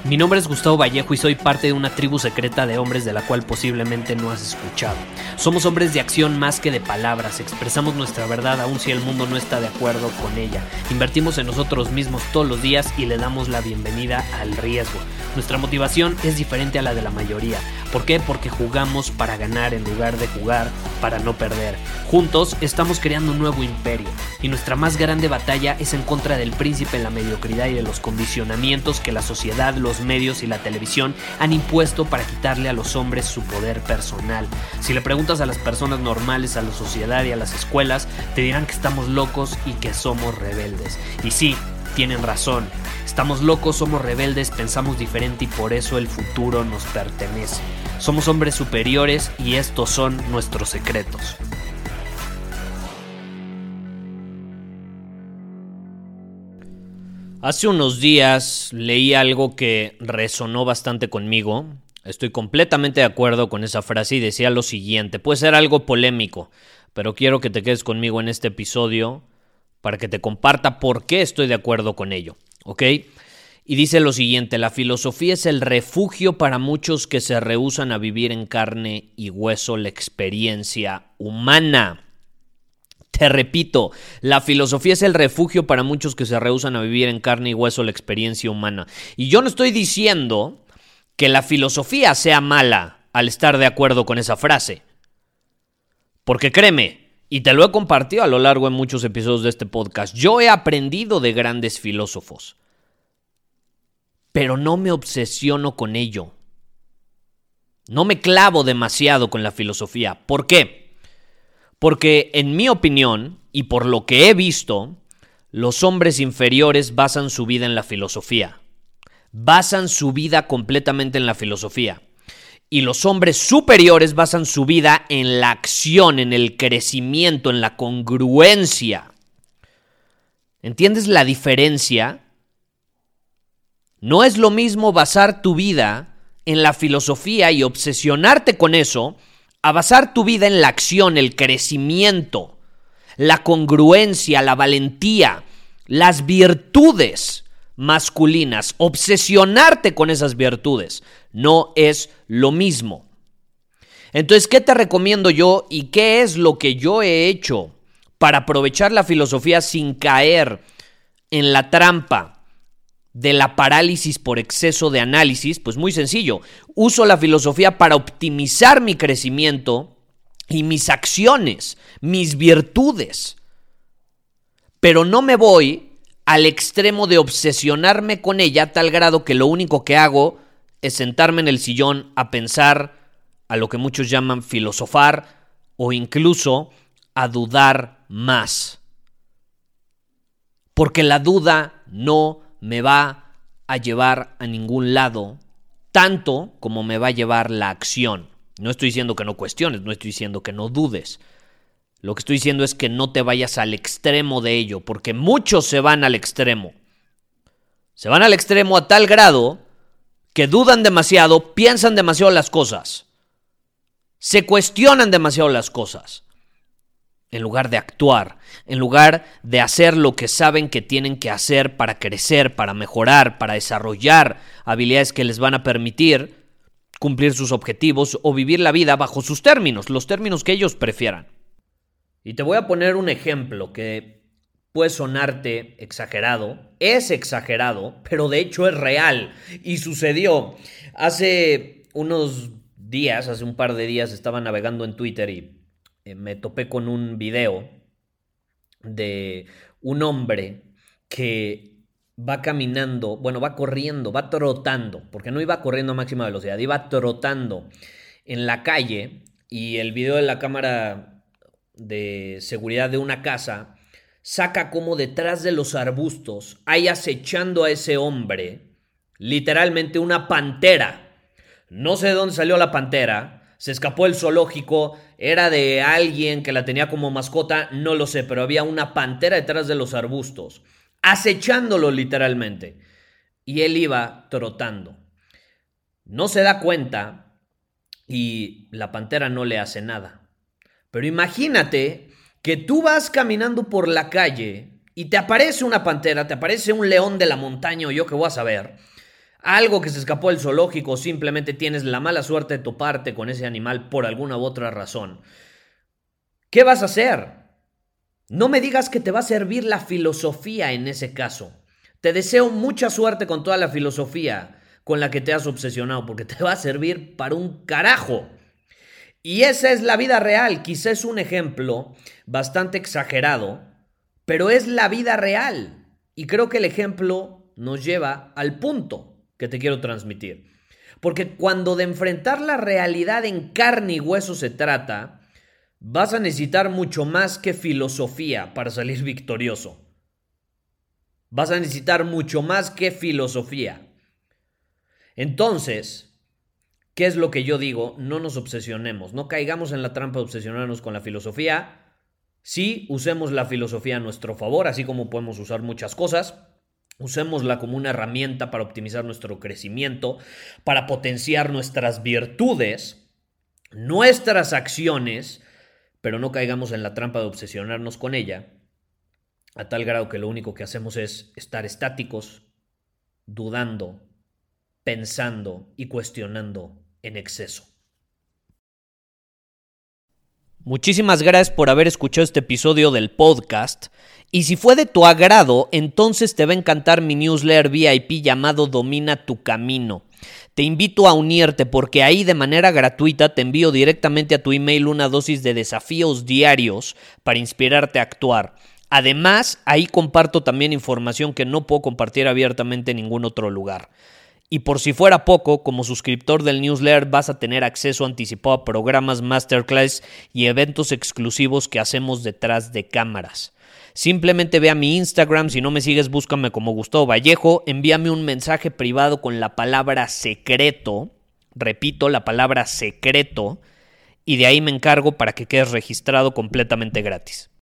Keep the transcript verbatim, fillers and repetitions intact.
Mi nombre es Gustavo Vallejo y soy parte de una tribu secreta de hombres de la cual posiblemente no has escuchado. Somos hombres de acción más que de palabras, expresamos nuestra verdad aun si el mundo no está de acuerdo con ella. Invertimos en nosotros mismos todos los días y le damos la bienvenida al riesgo. Nuestra motivación es diferente a la de la mayoría. ¿Por qué? Porque jugamos para ganar en lugar de jugar para no perder. Juntos estamos creando un nuevo imperio y nuestra más grande batalla es en contra del príncipe, la mediocridad y de los condicionamientos que la sociedad, los medios y la televisión han impuesto para quitarle a los hombres su poder personal. Si le preguntas a las personas normales, a la sociedad y a las escuelas, te dirán que estamos locos y que somos rebeldes. Y sí, tienen razón. Estamos locos, somos rebeldes, pensamos diferente y por eso el futuro nos pertenece. Somos hombres superiores y estos son nuestros secretos. Hace unos días leí algo que resonó bastante conmigo. Estoy completamente de acuerdo con esa frase y decía lo siguiente. Puede ser algo polémico, pero quiero que te quedes conmigo en este episodio para que te comparta por qué estoy de acuerdo con ello, ¿ok? Y dice lo siguiente: la filosofía es el refugio para muchos que se rehúsan a vivir en carne y hueso la experiencia humana. Te repito, la filosofía es el refugio para muchos que se rehúsan a vivir en carne y hueso la experiencia humana. Y yo no estoy diciendo que la filosofía sea mala al estar de acuerdo con esa frase. Porque créeme, y te lo he compartido a lo largo de muchos episodios de este podcast, yo he aprendido de grandes filósofos, pero no me obsesiono con ello. No me clavo demasiado con la filosofía. ¿Por qué? Porque, en mi opinión, y por lo que he visto, los hombres inferiores basan su vida en la filosofía. Basan su vida completamente en la filosofía. Y los hombres superiores basan su vida en la acción, en el crecimiento, en la congruencia. ¿Entiendes la diferencia? No es lo mismo basar tu vida en la filosofía y obsesionarte con eso, a basar tu vida en la acción, el crecimiento, la congruencia, la valentía, las virtudes masculinas. Obsesionarte con esas virtudes no es lo mismo. Entonces, ¿qué te recomiendo yo y qué es lo que yo he hecho para aprovechar la filosofía sin caer en la trampa de la parálisis por exceso de análisis? Pues muy sencillo. Uso la filosofía para optimizar mi crecimiento y mis acciones, mis virtudes. Pero no me voy al extremo de obsesionarme con ella a tal grado que lo único que hago es sentarme en el sillón a pensar, a lo que muchos llaman filosofar, o incluso a dudar más. Porque la duda no me va a llevar a ningún lado, tanto como me va a llevar la acción. No estoy diciendo que no cuestiones, no estoy diciendo que no dudes. Lo que estoy diciendo es que no te vayas al extremo de ello, porque muchos se van al extremo. Se van al extremo a tal grado que dudan demasiado, piensan demasiado las cosas, se cuestionan demasiado las cosas, en lugar de actuar, en lugar de hacer lo que saben que tienen que hacer para crecer, para mejorar, para desarrollar habilidades que les van a permitir cumplir sus objetivos o vivir la vida bajo sus términos, los términos que ellos prefieran. Y te voy a poner un ejemplo que puede sonarte exagerado, es exagerado, pero de hecho es real y sucedió. Hace unos días, hace un par de días estaba navegando en Twitter y me topé con un video de un hombre que va caminando, bueno, va corriendo, va trotando, porque no iba corriendo a máxima velocidad, iba trotando en la calle, y el video de la cámara de seguridad de una casa saca como detrás de los arbustos hay acechando a ese hombre, literalmente una pantera. No sé de dónde salió la pantera. Se escapó del zoológico, era de alguien que la tenía como mascota, no lo sé, pero había una pantera detrás de los arbustos, acechándolo literalmente. Y él iba trotando. No se da cuenta y la pantera no le hace nada. Pero imagínate que tú vas caminando por la calle y te aparece una pantera, te aparece un león de la montaña o yo qué voy a saber, algo que se escapó del zoológico, o simplemente tienes la mala suerte de toparte con ese animal por alguna u otra razón, ¿qué vas a hacer? No me digas que te va a servir la filosofía en ese caso. Te deseo mucha suerte con toda la filosofía con la que te has obsesionado, porque te va a servir para un carajo. Y esa es la vida real. Quizás es un ejemplo bastante exagerado, pero es la vida real. Y creo que el ejemplo nos lleva al punto que te quiero transmitir. Porque cuando de enfrentar la realidad en carne y hueso se trata, vas a necesitar mucho más que filosofía para salir victorioso. Vas a necesitar mucho más que filosofía. Entonces, ¿qué es lo que yo digo? No nos obsesionemos, no caigamos en la trampa de obsesionarnos con la filosofía. Sí, usemos la filosofía a nuestro favor, así como podemos usar muchas cosas. Usémosla como una herramienta para optimizar nuestro crecimiento, para potenciar nuestras virtudes, nuestras acciones, pero no caigamos en la trampa de obsesionarnos con ella, a tal grado que lo único que hacemos es estar estáticos, dudando, pensando y cuestionando en exceso. Muchísimas gracias por haber escuchado este episodio del podcast. Y si fue de tu agrado, entonces te va a encantar mi newsletter V I P llamado Domina tu Camino. Te invito a unirte porque ahí de manera gratuita te envío directamente a tu email una dosis de desafíos diarios para inspirarte a actuar. Además, ahí comparto también información que no puedo compartir abiertamente en ningún otro lugar. Y por si fuera poco, como suscriptor del newsletter vas a tener acceso anticipado a programas, masterclass y eventos exclusivos que hacemos detrás de cámaras. Simplemente ve a mi Instagram, si no me sigues búscame como Gustavo Vallejo, envíame un mensaje privado con la palabra secreto, repito, la palabra secreto, y de ahí me encargo para que quedes registrado completamente gratis.